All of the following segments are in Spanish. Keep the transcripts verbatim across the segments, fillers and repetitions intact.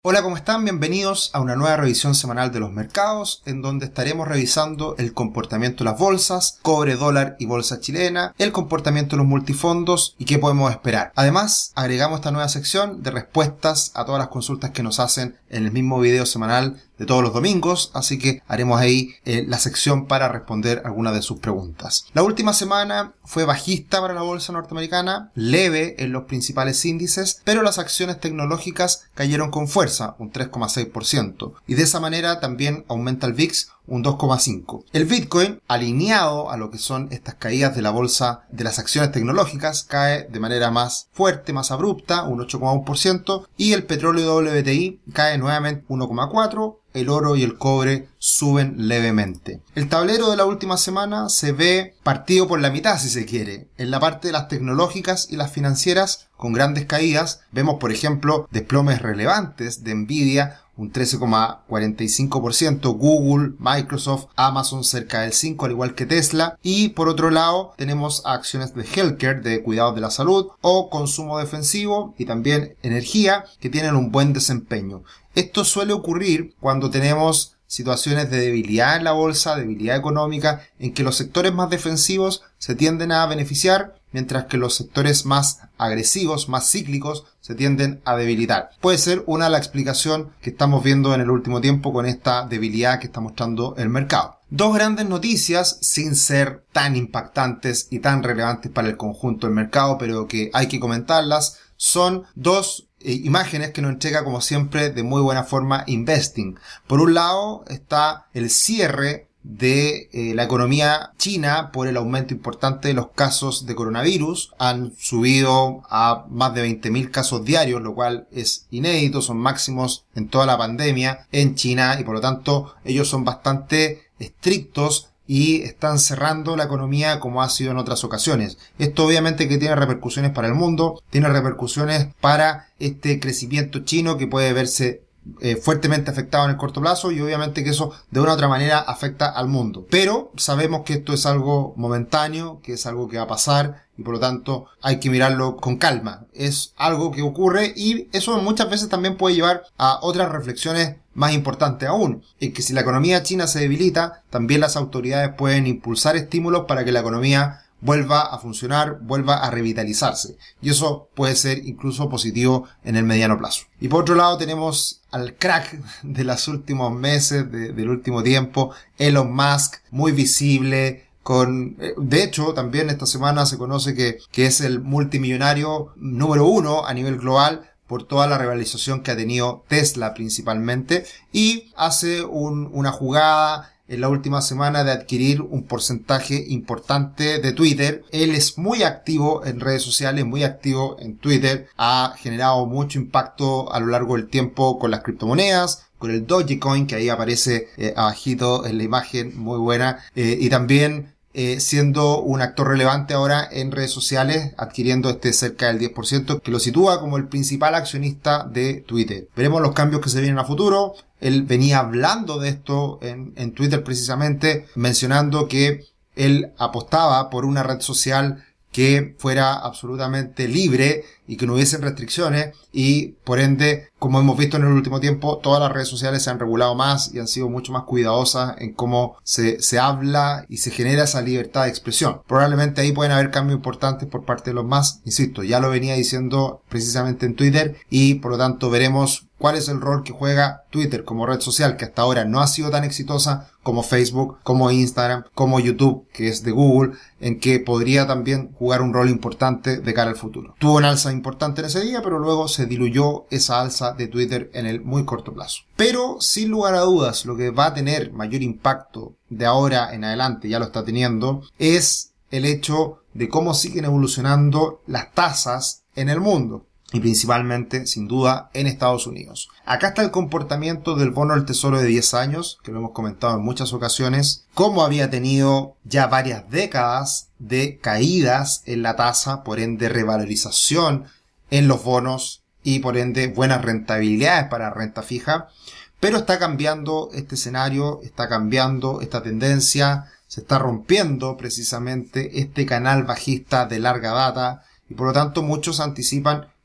Hola, ¿cómo están? Bienvenidos a una nueva revisión semanal de los mercados, en donde estaremos revisando el comportamiento de las bolsas, cobre, dólar y bolsa chilena, el comportamiento de los multifondos y qué podemos esperar. Además, agregamos esta nueva sección de respuestas a todas las consultas que nos hacen en el mismo video semanal de todos los domingos, así que haremos ahí eh, la sección para responder algunas de sus preguntas. La última semana fue bajista para la bolsa norteamericana, leve en los principales índices, pero las acciones tecnológicas cayeron con fuerza, un tres coma seis por ciento, y de esa manera también aumenta el V I X un dos coma cinco por ciento. El Bitcoin, alineado a lo que son estas caídas de la bolsa de las acciones tecnológicas, cae de manera más fuerte, más abrupta, un ocho coma uno por ciento, y el petróleo W T I cae nuevamente uno coma cuatro por ciento. El oro y el cobre suben levemente. El tablero de la última semana se ve partido por la mitad, si se quiere. En la parte de las tecnológicas y las financieras, con grandes caídas, vemos por ejemplo desplomes relevantes de Nvidia, un trece coma cuarenta y cinco por ciento, Google, Microsoft, Amazon cerca del cinco por ciento, al igual que Tesla, y por otro lado tenemos acciones de healthcare, de cuidados de la salud, o consumo defensivo y también energía, que tienen un buen desempeño. Esto suele ocurrir cuando tenemos situaciones de debilidad en la bolsa, debilidad económica, en que los sectores más defensivos se tienden a beneficiar, mientras que los sectores más agresivos, más cíclicos, se tienden a debilitar. Puede ser una de las explicaciones que estamos viendo en el último tiempo con esta debilidad que está mostrando el mercado. Dos grandes noticias, sin ser tan impactantes y tan relevantes para el conjunto del mercado, pero que hay que comentarlas, son dos eh, imágenes que nos entrega, como siempre, de muy buena forma Investing. Por un lado está el cierre de eh, la economía china por el aumento importante de los casos de coronavirus. Han subido a más de veinte mil casos diarios, lo cual es inédito, son máximos en toda la pandemia en China, y por lo tanto ellos son bastante estrictos y están cerrando la economía como ha sido en otras ocasiones. Esto obviamente que tiene repercusiones para el mundo, tiene repercusiones para este crecimiento chino que puede verse Eh, fuertemente afectado en el corto plazo, y obviamente que eso de una u otra manera afecta al mundo. Pero sabemos que esto es algo momentáneo, que es algo que va a pasar, y por lo tanto hay que mirarlo con calma. Es algo que ocurre, y eso muchas veces también puede llevar a otras reflexiones más importantes aún, en que si la economía china se debilita, también las autoridades pueden impulsar estímulos para que la economía vuelva a funcionar, vuelva a revitalizarse. Y eso puede ser incluso positivo en el mediano plazo. Y por otro lado tenemos al crack de los últimos meses, de, del último tiempo, Elon Musk, muy visible, con, de hecho, también esta semana se conoce que, que es el multimillonario número uno a nivel global, por toda la revalorización que ha tenido Tesla principalmente, y hace un, una jugada en la última semana de adquirir un porcentaje importante de Twitter. Él es muy activo en redes sociales, muy activo en Twitter, ha generado mucho impacto a lo largo del tiempo con las criptomonedas, con el Dogecoin, que ahí aparece eh, abajito en la imagen, muy buena, eh, y también Eh, siendo un actor relevante ahora en redes sociales, adquiriendo este cerca del diez por ciento, que lo sitúa como el principal accionista de Twitter. Veremos los cambios que se vienen a futuro. Él venía hablando de esto en, en Twitter precisamente, mencionando que él apostaba por una red social que fuera absolutamente libre y que no hubiesen restricciones, y por ende, como hemos visto en el último tiempo, todas las redes sociales se han regulado más y han sido mucho más cuidadosas en cómo se, se habla y se genera esa libertad de expresión. Probablemente ahí pueden haber cambios importantes por parte de los más, insisto, ya lo venía diciendo precisamente en Twitter, y por lo tanto veremos cuál es el rol que juega Twitter como red social, que hasta ahora no ha sido tan exitosa como Facebook, como Instagram, como YouTube, que es de Google, en que podría también jugar un rol importante de cara al futuro. Tuvo una alza importante en ese día, pero luego se diluyó esa alza de Twitter en el muy corto plazo. Pero sin lugar a dudas, lo que va a tener mayor impacto de ahora en adelante, ya lo está teniendo, es el hecho de cómo siguen evolucionando las tasas en el mundo, y principalmente, sin duda, en Estados Unidos. Acá está el comportamiento del bono del Tesoro de diez años, que lo hemos comentado en muchas ocasiones, cómo había tenido ya varias décadas de caídas en la tasa, por ende revalorización en los bonos y por ende buenas rentabilidades para renta fija, pero está cambiando este escenario, está cambiando esta tendencia, se está rompiendo precisamente este canal bajista de larga data, y por lo tanto muchos anticipan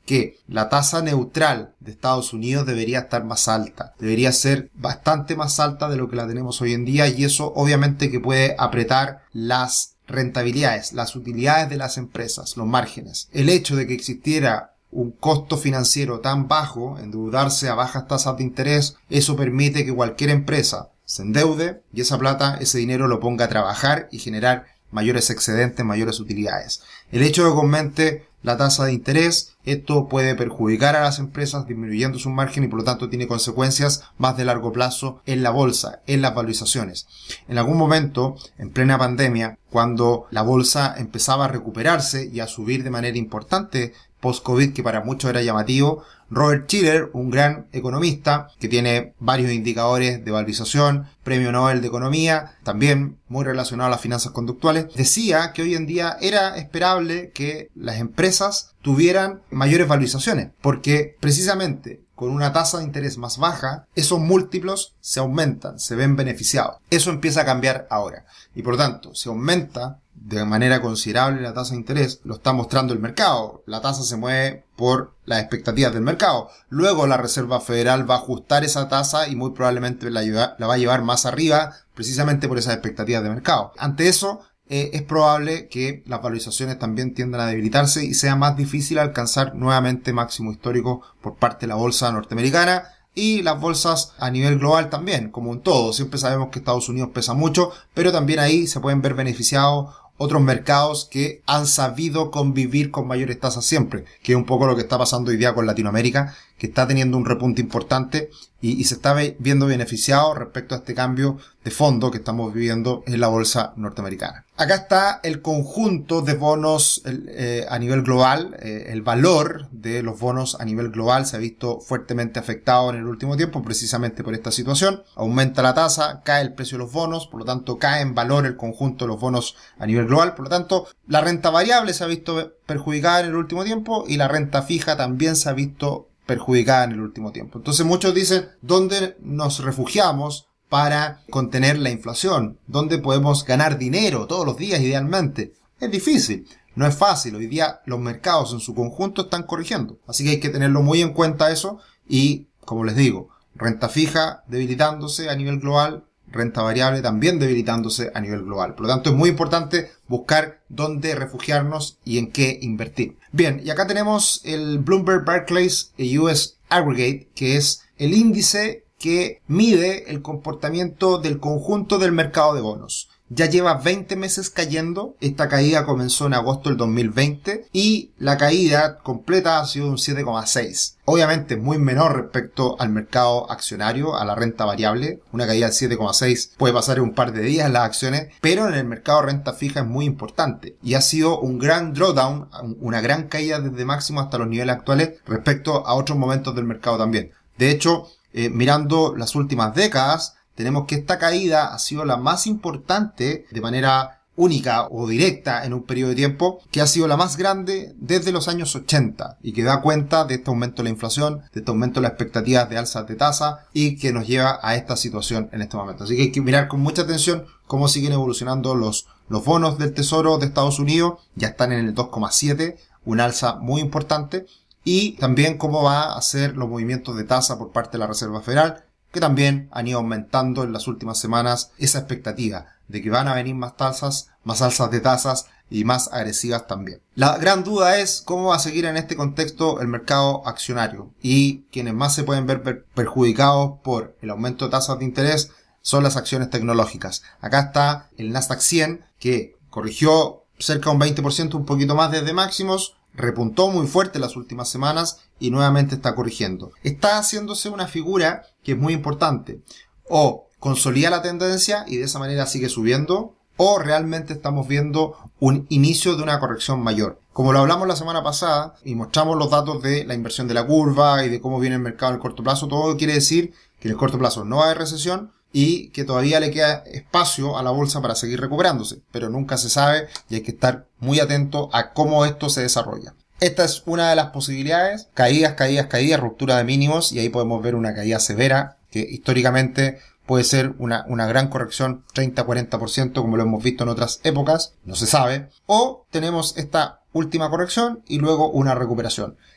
que la tasa neutral de Estados Unidos debería estar más alta, debería ser bastante más alta de lo que la tenemos hoy en día, y eso obviamente que puede apretar las rentabilidades, las utilidades de las empresas, los márgenes. El hecho de que existiera un costo financiero tan bajo, endeudarse a bajas tasas de interés, eso permite que cualquier empresa se endeude y esa plata, ese dinero lo ponga a trabajar y generar mayores excedentes, mayores utilidades. El hecho de que aumente la tasa de interés, esto puede perjudicar a las empresas disminuyendo su margen y por lo tanto tiene consecuencias más de largo plazo en la bolsa, en las valorizaciones. En algún momento, en plena pandemia, cuando la bolsa empezaba a recuperarse y a subir de manera importante post-COVID, que para muchos era llamativo, Robert Shiller, un gran economista que tiene varios indicadores de valorización, premio Nobel de Economía, también muy relacionado a las finanzas conductuales, decía que hoy en día era esperable que las empresas tuvieran mayores valorizaciones, porque precisamente con una tasa de interés más baja, esos múltiplos se aumentan, se ven beneficiados. Eso empieza a cambiar ahora. Y por lo tanto, se aumenta de manera considerable la tasa de interés, lo está mostrando el mercado. La tasa se mueve por las expectativas del mercado. Luego la Reserva Federal va a ajustar esa tasa y muy probablemente la, lleva, la va a llevar más arriba, precisamente por esas expectativas de mercado. Ante eso, eh, es probable que las valorizaciones también tiendan a debilitarse y sea más difícil alcanzar nuevamente máximo histórico por parte de la bolsa norteamericana. Y las bolsas a nivel global también, como un todo. Siempre sabemos que Estados Unidos pesa mucho, pero también ahí se pueden ver beneficiados otros mercados que han sabido convivir con mayores tasas siempre, que es un poco lo que está pasando hoy día con Latinoamérica, que está teniendo un repunte importante y, y se está viendo beneficiado respecto a este cambio de fondo que estamos viviendo en la bolsa norteamericana. Acá está el conjunto de bonos eh, a nivel global. Eh, el valor de los bonos a nivel global se ha visto fuertemente afectado en el último tiempo precisamente por esta situación. Aumenta la tasa, cae el precio de los bonos, por lo tanto cae en valor el conjunto de los bonos a nivel global. Por lo tanto, la renta variable se ha visto perjudicada en el último tiempo y la renta fija también se ha visto perjudicada en el último tiempo. Entonces muchos dicen, ¿dónde nos refugiamos para contener la inflación? ¿Dónde podemos ganar dinero todos los días idealmente? Es difícil, no es fácil. Hoy día los mercados en su conjunto están corrigiendo. Así que hay que tenerlo muy en cuenta eso y, como les digo, renta fija debilitándose a nivel global, renta variable también debilitándose a nivel global. Por lo tanto, es muy importante buscar dónde refugiarnos y en qué invertir. Bien, y acá tenemos el Bloomberg Barclays U S Aggregate, que es el índice que mide el comportamiento del conjunto del mercado de bonos. Ya lleva veinte meses cayendo. Esta caída comenzó en agosto del dos mil veinte y la caída completa ha sido de un siete coma seis. Obviamente muy menor respecto al mercado accionario, a la renta variable. Una caída del siete coma seis puede pasar en un par de días en las acciones, pero en el mercado de renta fija es muy importante y ha sido un gran drawdown, una gran caída desde máximo hasta los niveles actuales respecto a otros momentos del mercado también. De hecho, eh, mirando las últimas décadas, tenemos que esta caída ha sido la más importante de manera única o directa en un periodo de tiempo, que ha sido la más grande desde los años ochenta y que da cuenta de este aumento de la inflación, de este aumento de las expectativas de alzas de tasa y que nos lleva a esta situación en este momento. Así que hay que mirar con mucha atención cómo siguen evolucionando los, los bonos del Tesoro de Estados Unidos. Ya están en el dos coma siete, una alza muy importante, y también cómo va a ser los movimientos de tasa por parte de la Reserva Federal, que también han ido aumentando en las últimas semanas esa expectativa de que van a venir más tasas, más alzas de tasas y más agresivas también. La gran duda es cómo va a seguir en este contexto el mercado accionario, y quienes más se pueden ver perjudicados por el aumento de tasas de interés son las acciones tecnológicas. Acá está el Nasdaq cien, que corrigió cerca de un veinte por ciento, un poquito más desde máximos, repuntó muy fuerte las últimas semanas y nuevamente está corrigiendo. Está haciéndose una figura que es muy importante. O consolida la tendencia y de esa manera sigue subiendo, o realmente estamos viendo un inicio de una corrección mayor. Como lo hablamos la semana pasada y mostramos los datos de la inversión de la curva y de cómo viene el mercado en el corto plazo, todo quiere decir que en el corto plazo no va a haber recesión y que todavía le queda espacio a la bolsa para seguir recuperándose, pero nunca se sabe y hay que estar muy atento a cómo esto se desarrolla. Esta es una de las posibilidades: caídas, caídas, caídas, ruptura de mínimos, y ahí podemos ver una caída severa que históricamente puede ser una, una gran corrección, treinta a cuarenta por ciento, como lo hemos visto en otras épocas, no se sabe. O tenemos esta última corrección y luego una recuperación,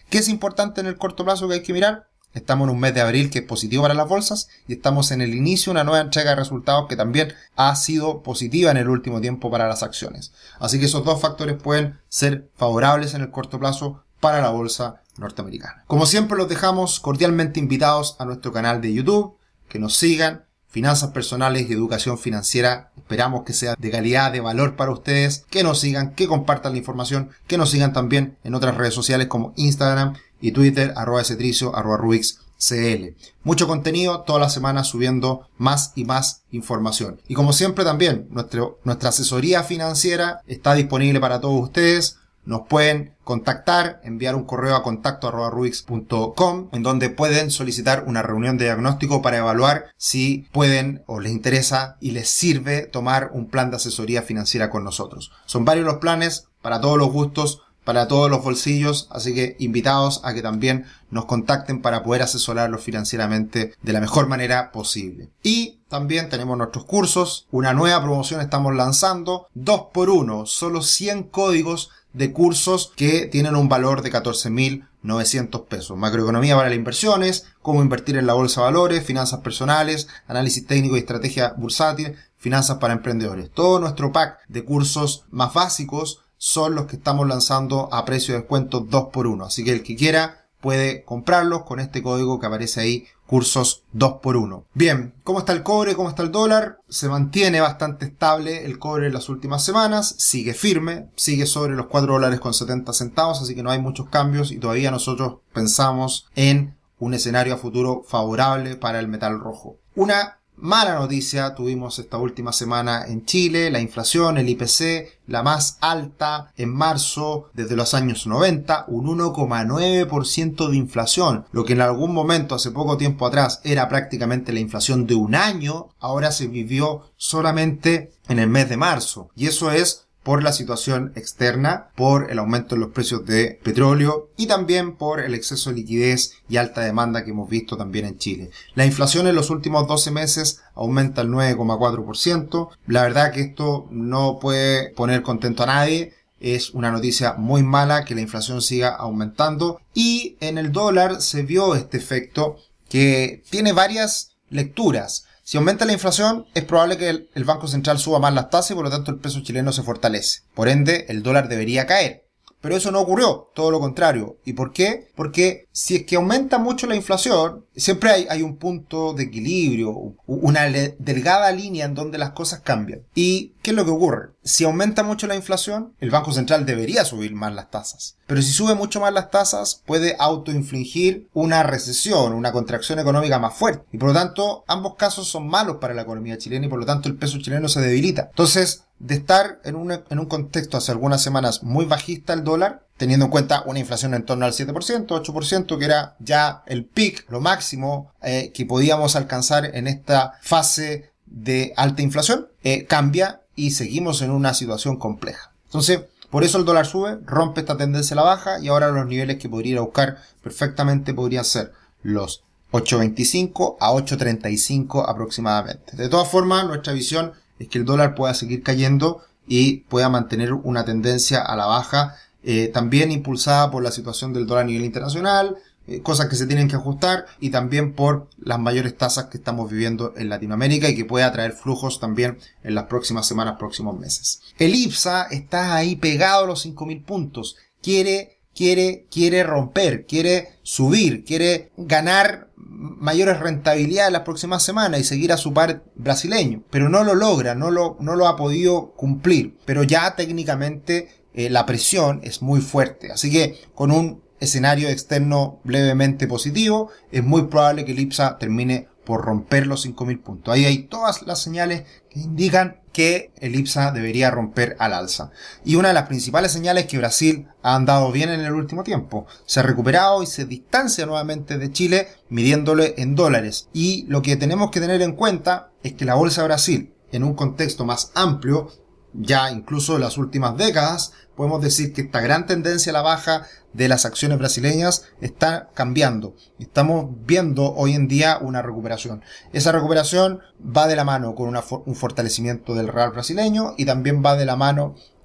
¿Qué es importante en el corto plazo que hay que mirar? Estamos en un mes de abril que es positivo para las bolsas y estamos en el inicio de una nueva entrega de resultados que también ha sido positiva en el último tiempo para las acciones. Así que esos dos factores pueden ser favorables en el corto plazo para la bolsa norteamericana. Como siempre, los dejamos cordialmente invitados a nuestro canal de YouTube, que nos sigan. Finanzas personales y educación financiera, esperamos que sea de calidad, de valor para ustedes, que nos sigan, que compartan la información, que nos sigan también en otras redes sociales como Instagram y Twitter, arroba cetricio, arroba rubixcl. Mucho contenido, todas las semanas subiendo más y más información. Y como siempre también, nuestro, nuestra asesoría financiera está disponible para todos ustedes. Nos pueden contactar, enviar un correo a contacto arroba rubix punto com, en donde pueden solicitar una reunión de diagnóstico para evaluar si pueden o les interesa y les sirve tomar un plan de asesoría financiera con nosotros. Son varios los planes para todos los gustos, para todos los bolsillos, así que invitados a que también nos contacten para poder asesorarlos financieramente de la mejor manera posible. Y también tenemos nuestros cursos, una nueva promoción estamos lanzando, dos por uno, solo cien códigos de cursos que tienen un valor de catorce mil novecientos pesos. Macroeconomía para las inversiones, cómo invertir en la bolsa de valores, finanzas personales, análisis técnico y estrategia bursátil, finanzas para emprendedores. Todo nuestro pack de cursos más básicos son los que estamos lanzando a precio de descuento dos por uno. Así que el que quiera puede comprarlos con este código que aparece ahí, cursos dos por uno. Bien, ¿cómo está el cobre? ¿Cómo está el dólar? Se mantiene bastante estable el cobre en las últimas semanas, sigue firme, sigue sobre los cuatro dólares con setenta centavos, así que no hay muchos cambios y todavía nosotros pensamos en un escenario a futuro favorable para el metal rojo. Una mala noticia tuvimos esta última semana en Chile, la inflación, el I P C, la más alta en marzo desde los años noventa, un uno coma nueve por ciento de inflación, lo que en algún momento hace poco tiempo atrás era prácticamente la inflación de un año, ahora se vivió solamente en el mes de marzo, y eso es por la situación externa, por el aumento en los precios de petróleo y también por el exceso de liquidez y alta demanda que hemos visto también en Chile. La inflación en los últimos doce meses aumenta el nueve coma cuatro por ciento. La verdad que esto no puede poner contento a nadie. Es una noticia muy mala que la inflación siga aumentando. Y en el dólar se vio este efecto que tiene varias lecturas. Si aumenta la inflación, es probable que el, el Banco Central suba más las tasas y por lo tanto el peso chileno se fortalece. Por ende, el dólar debería caer. Pero eso no ocurrió, todo lo contrario. ¿Y por qué? Porque si es que aumenta mucho la inflación, siempre hay, hay un punto de equilibrio, una le- delgada línea en donde las cosas cambian. ¿Y qué es lo que ocurre? Si aumenta mucho la inflación, el Banco Central debería subir más las tasas. Pero si sube mucho más las tasas, puede autoinfligir una recesión, una contracción económica más fuerte. Y por lo tanto, ambos casos son malos para la economía chilena y por lo tanto el peso chileno se debilita. Entonces, de estar en, una, en un contexto hace algunas semanas muy bajista el dólar, teniendo en cuenta una inflación en torno al siete por ciento, ocho por ciento, que era ya el peak, lo máximo eh, que podíamos alcanzar en esta fase de alta inflación, eh, cambia y seguimos en una situación compleja. Entonces, por eso el dólar sube, rompe esta tendencia a la baja y ahora los niveles que podría ir a buscar perfectamente podrían ser los ocho veinticinco a ocho treinta y cinco aproximadamente. De todas formas, nuestra visión es que el dólar pueda seguir cayendo y pueda mantener una tendencia a la baja, eh, también impulsada por la situación del dólar a nivel internacional, eh, cosas que se tienen que ajustar y también por las mayores tasas que estamos viviendo en Latinoamérica y que puede atraer flujos también en las próximas semanas, próximos meses. El IPSA está ahí pegado a los cinco mil puntos, quiere quiere quiere romper, quiere subir, quiere ganar mayores rentabilidades en las próximas semanas y seguir a su par brasileño, pero no lo logra, no lo, no lo ha podido cumplir, pero ya técnicamente eh, la presión es muy fuerte, así que con un escenario externo levemente positivo es muy probable que el IPSA termine por romper los cinco mil puntos. Ahí hay todas las señales que indican que el IPSA debería romper al alza. Y una de las principales señales es que Brasil ha andado bien en el último tiempo. Se ha recuperado y se distancia nuevamente de Chile midiéndole en dólares. Y lo que tenemos que tener en cuenta es que la bolsa de Brasil, en un contexto más amplio, ya incluso en las últimas décadas, podemos decir que esta gran tendencia a la baja de las acciones brasileñas está cambiando. Estamos viendo hoy en día una recuperación. Esa recuperación va de la mano con una, un fortalecimiento del real brasileño y también va de la mano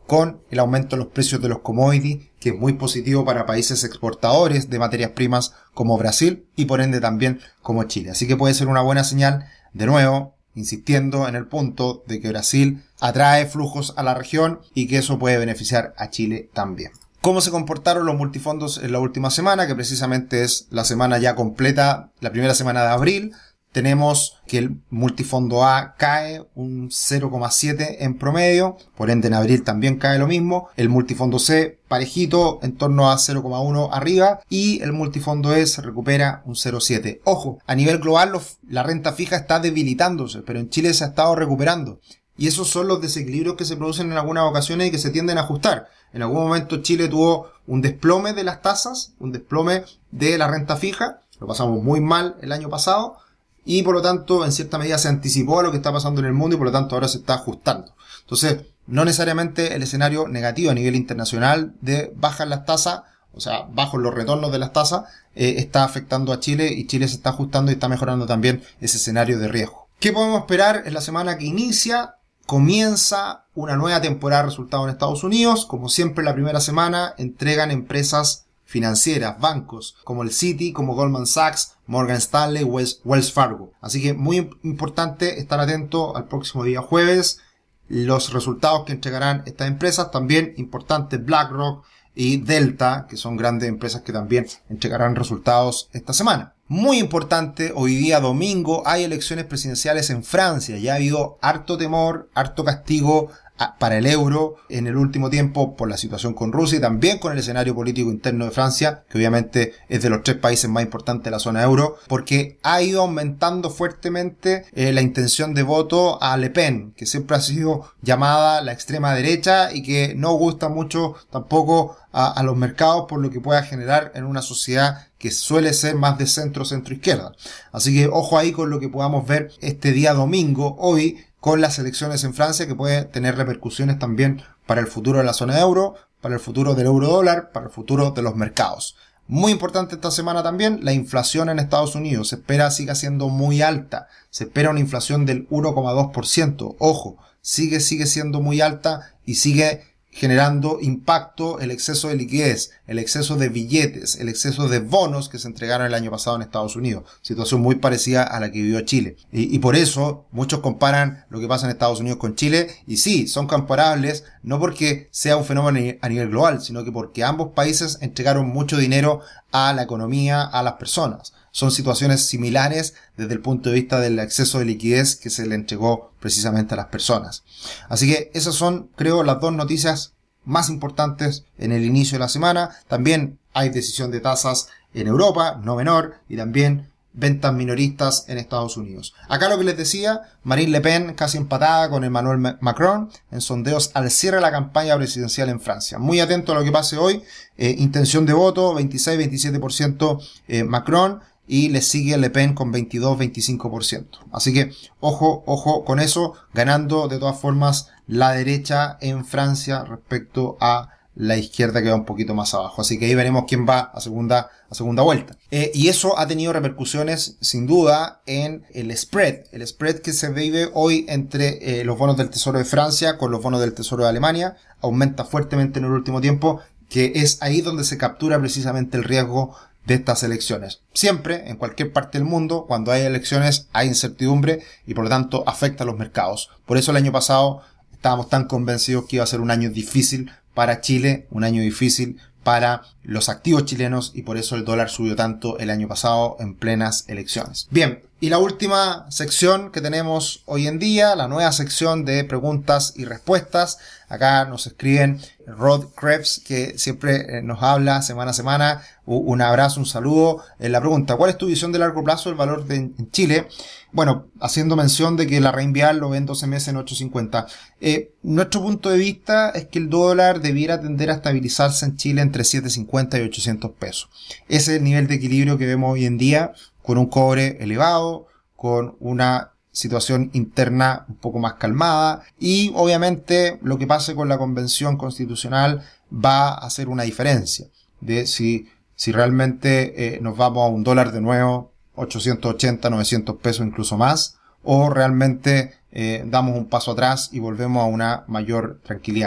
con el aumento de los precios de los commodities, que es muy positivo para países exportadores de materias primas como Brasil y por ende también como Chile. Así que puede ser una buena señal, de nuevo, insistiendo en el punto de que Brasil atrae flujos a la región y que eso puede beneficiar a Chile también. ¿Cómo se comportaron los multifondos en la última semana? Que precisamente es la semana ya completa, la primera semana de abril. Tenemos que el multifondo A cae un cero coma siete en promedio, por ende en abril también cae lo mismo. El multifondo C parejito en torno a cero coma uno arriba y el multifondo E se recupera un cero coma siete. Ojo, a nivel global los, la renta fija está debilitándose, pero en Chile se ha estado recuperando. Y esos son los desequilibrios que se producen en algunas ocasiones y que se tienden a ajustar. En algún momento Chile tuvo un desplome de las tasas, un desplome de la renta fija. Lo pasamos muy mal el año pasado. Y por lo tanto, en cierta medida se anticipó a lo que está pasando en el mundo y por lo tanto ahora se está ajustando. Entonces, no necesariamente el escenario negativo a nivel internacional de bajas las tasas, o sea, bajos los retornos de las tasas, eh, está afectando a Chile y Chile se está ajustando y está mejorando también ese escenario de riesgo. ¿Qué podemos esperar en la semana que inicia? Comienza una nueva temporada de resultados en Estados Unidos. Como siempre, la primera semana entregan empresas financieras, bancos, como el Citi, como Goldman Sachs, Morgan Stanley, Wells, Wells Fargo. Así que muy importante estar atento al próximo día jueves, los resultados que entregarán estas empresas. También importante BlackRock y Delta, que son grandes empresas que también entregarán resultados esta semana. Muy importante, hoy día domingo hay elecciones presidenciales en Francia. Ya ha habido harto temor, harto castigo para el euro en el último tiempo por la situación con Rusia y también con el escenario político interno de Francia, que obviamente es de los tres países más importantes de la zona euro, porque ha ido aumentando fuertemente eh, la intención de voto a Le Pen, que siempre ha sido llamada la extrema derecha y que no gusta mucho tampoco a, a los mercados por lo que pueda generar en una sociedad que suele ser más de centro-centro-izquierda. Así que ojo ahí con lo que podamos ver este día domingo, hoy, con las elecciones en Francia, que puede tener repercusiones también para el futuro de la zona euro, para el futuro del euro dólar, para el futuro de los mercados. Muy importante esta semana también, la inflación en Estados Unidos. Se espera siga siendo muy alta. Se espera una inflación del uno coma dos por ciento. Ojo, sigue, sigue siendo muy alta y sigue generando impacto el exceso de liquidez, el exceso de billetes, el exceso de bonos que se entregaron el año pasado en Estados Unidos. Situación muy parecida a la que vivió Chile. Y, y por eso muchos comparan lo que pasa en Estados Unidos con Chile. Y sí, son comparables, no porque sea un fenómeno a nivel global, sino que porque ambos países entregaron mucho dinero a la economía, a las personas. Son situaciones similares desde el punto de vista del exceso de liquidez que se le entregó precisamente a las personas. Así que esas son, creo, las dos noticias más importantes en el inicio de la semana. También hay decisión de tasas en Europa, no menor, y también ventas minoristas en Estados Unidos. Acá lo que les decía, Marine Le Pen casi empatada con Emmanuel Macron en sondeos al cierre de la campaña presidencial en Francia. Muy atento a lo que pase hoy. Eh, intención de voto, veintiséis a veintisiete por ciento eh, Macron. Y le sigue Le Pen con veintidós a veinticinco por ciento. Así que, ojo, ojo con eso, ganando de todas formas la derecha en Francia respecto a la izquierda que va un poquito más abajo. Así que ahí veremos quién va a segunda, a segunda vuelta. Eh, y eso ha tenido repercusiones, sin duda, en el spread. El spread que se vive hoy entre eh, los bonos del Tesoro de Francia con los bonos del Tesoro de Alemania aumenta fuertemente en el último tiempo, que es ahí donde se captura precisamente el riesgo de estas elecciones. Siempre, en cualquier parte del mundo, cuando hay elecciones hay incertidumbre y por lo tanto afecta a los mercados. Por eso el año pasado estábamos tan convencidos que iba a ser un año difícil para Chile, un año difícil para los activos chilenos y por eso el dólar subió tanto el año pasado en plenas elecciones. Bien, y la última sección que tenemos hoy en día, la nueva sección de preguntas y respuestas. Acá nos escriben Rod Krebs, que siempre nos habla semana a semana. Un abrazo, un saludo. En la pregunta, ¿cuál es tu visión de largo plazo del valor de, en Chile? Bueno, haciendo mención de que la Reinvial lo ve en doce meses en ocho cincuenta. Eh, nuestro punto de vista es que el dólar debiera tender a estabilizarse en Chile entre setecientos cincuenta y ochocientos pesos. Ese es el nivel de equilibrio que vemos hoy en día, con un cobre elevado, con una situación interna un poco más calmada y obviamente lo que pase con la convención constitucional va a hacer una diferencia de si, si realmente eh, nos vamos a un dólar de nuevo, ochocientos ochenta, novecientos pesos, incluso más, o realmente eh, damos un paso atrás y volvemos a una mayor tranquilidad.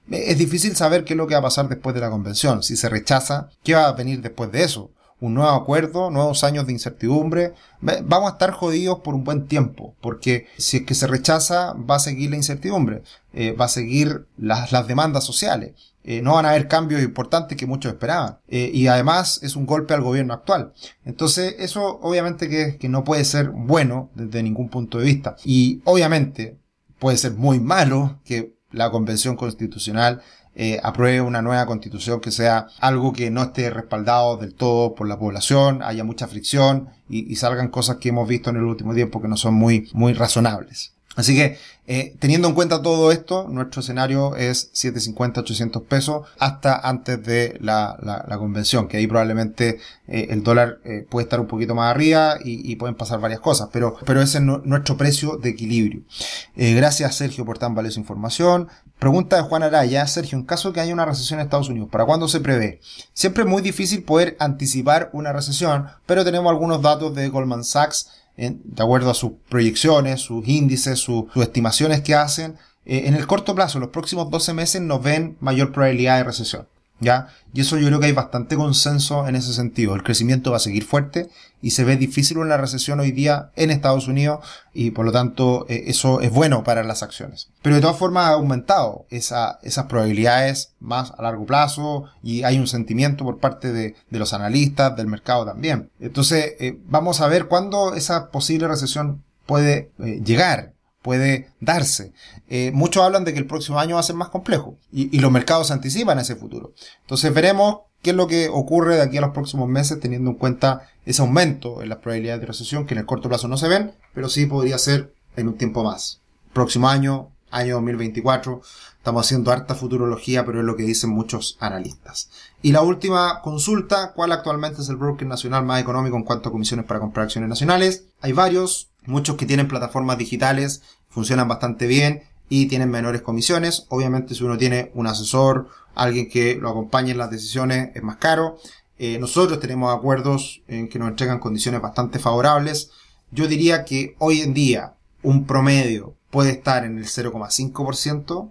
es difícil saber qué es lo que va a pasar después de la convención. Si se rechaza, ¿qué va a venir después de eso? Un nuevo acuerdo, nuevos años de incertidumbre. Vamos a estar jodidos por un buen tiempo, porque si es que se rechaza, va a seguir la incertidumbre, eh, va a seguir las, las demandas sociales, eh, no van a haber cambios importantes que muchos esperaban, eh, y además es un golpe al gobierno actual. Entonces eso obviamente que, que no puede ser bueno desde ningún punto de vista, y obviamente puede ser muy malo que la Convención Constitucional Eh, apruebe una nueva constitución que sea algo que no esté respaldado del todo por la población, haya mucha fricción y, y salgan cosas que hemos visto en el último tiempo que no son muy, muy razonables. Así que, eh, teniendo en cuenta todo esto, nuestro escenario es setecientos cincuenta, ochocientos pesos hasta antes de la, la, la convención, que ahí probablemente eh, el dólar eh, puede estar un poquito más arriba y, y pueden pasar varias cosas, pero, pero ese es no, nuestro precio de equilibrio. Eh, gracias Sergio por tan valiosa información. Pregunta de Juan Araya: Sergio, en caso de que haya una recesión en Estados Unidos, ¿para cuándo se prevé? Siempre es muy difícil poder anticipar una recesión, pero tenemos algunos datos de Goldman Sachs, en, de acuerdo a sus proyecciones, sus índices, su, sus estimaciones que hacen. Eh, en el corto plazo, los próximos doce meses, nos ven mayor probabilidad de recesión, ¿ya? Y eso yo creo que hay bastante consenso en ese sentido. El crecimiento va a seguir fuerte y se ve difícil una recesión hoy día en Estados Unidos y por lo tanto eh, eso es bueno para las acciones. Pero de todas formas ha aumentado esa, esas probabilidades más a largo plazo y hay un sentimiento por parte de, de los analistas, del mercado también. Entonces eh, vamos a ver cuándo esa posible recesión puede eh, llegar. Puede darse. Eh, muchos hablan de que el próximo año va a ser más complejo y, y los mercados anticipan ese futuro. Entonces veremos qué es lo que ocurre de aquí a los próximos meses teniendo en cuenta ese aumento en las probabilidades de recesión que en el corto plazo no se ven, pero sí podría ser en un tiempo más. Próximo año, año dos mil veinticuatro, estamos haciendo harta futurología, pero es lo que dicen muchos analistas. Y la última consulta: ¿cuál actualmente es el broker nacional más económico en cuanto a comisiones para comprar acciones nacionales? Hay varios, muchos que tienen plataformas digitales, funcionan bastante bien y tienen menores comisiones. Obviamente si uno tiene un asesor, alguien que lo acompañe en las decisiones, es más caro. Eh, nosotros tenemos acuerdos en que nos entregan condiciones bastante favorables. Yo diría que hoy en día un promedio puede estar en el cero coma cinco por ciento,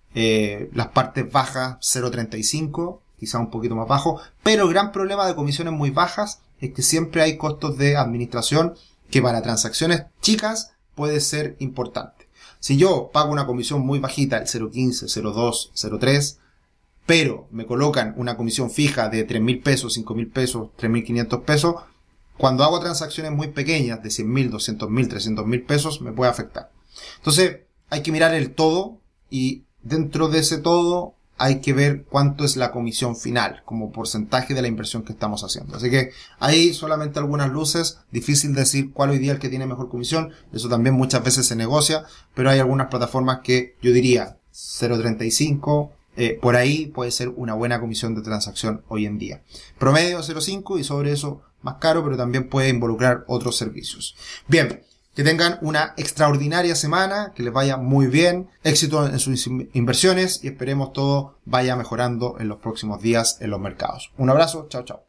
eh, las partes bajas cero coma treinta y cinco, quizá un poquito más bajo, pero el gran problema de comisiones muy bajas es que siempre hay costos de administración que para transacciones chicas puede ser importante. Si yo pago una comisión muy bajita, el cero coma quince, cero coma dos, cero coma tres, pero me colocan una comisión fija de tres mil pesos, cinco mil pesos, tres mil quinientos pesos, cuando hago transacciones muy pequeñas de cien mil, doscientos mil, trescientos mil pesos, me puede afectar. Entonces hay que mirar el todo y dentro de ese todo hay que ver cuánto es la comisión final como porcentaje de la inversión que estamos haciendo. Así que ahí solamente algunas luces, difícil decir cuál hoy día es el que tiene mejor comisión, eso también muchas veces se negocia, pero hay algunas plataformas que yo diría cero coma treinta y cinco, eh, por ahí puede ser una buena comisión de transacción hoy en día. Promedio cero coma cinco y sobre eso más caro, pero también puede involucrar otros servicios. Bien. Que tengan una extraordinaria semana, que les vaya muy bien, éxito en sus inversiones y esperemos todo vaya mejorando en los próximos días en los mercados. Un abrazo, chao chao.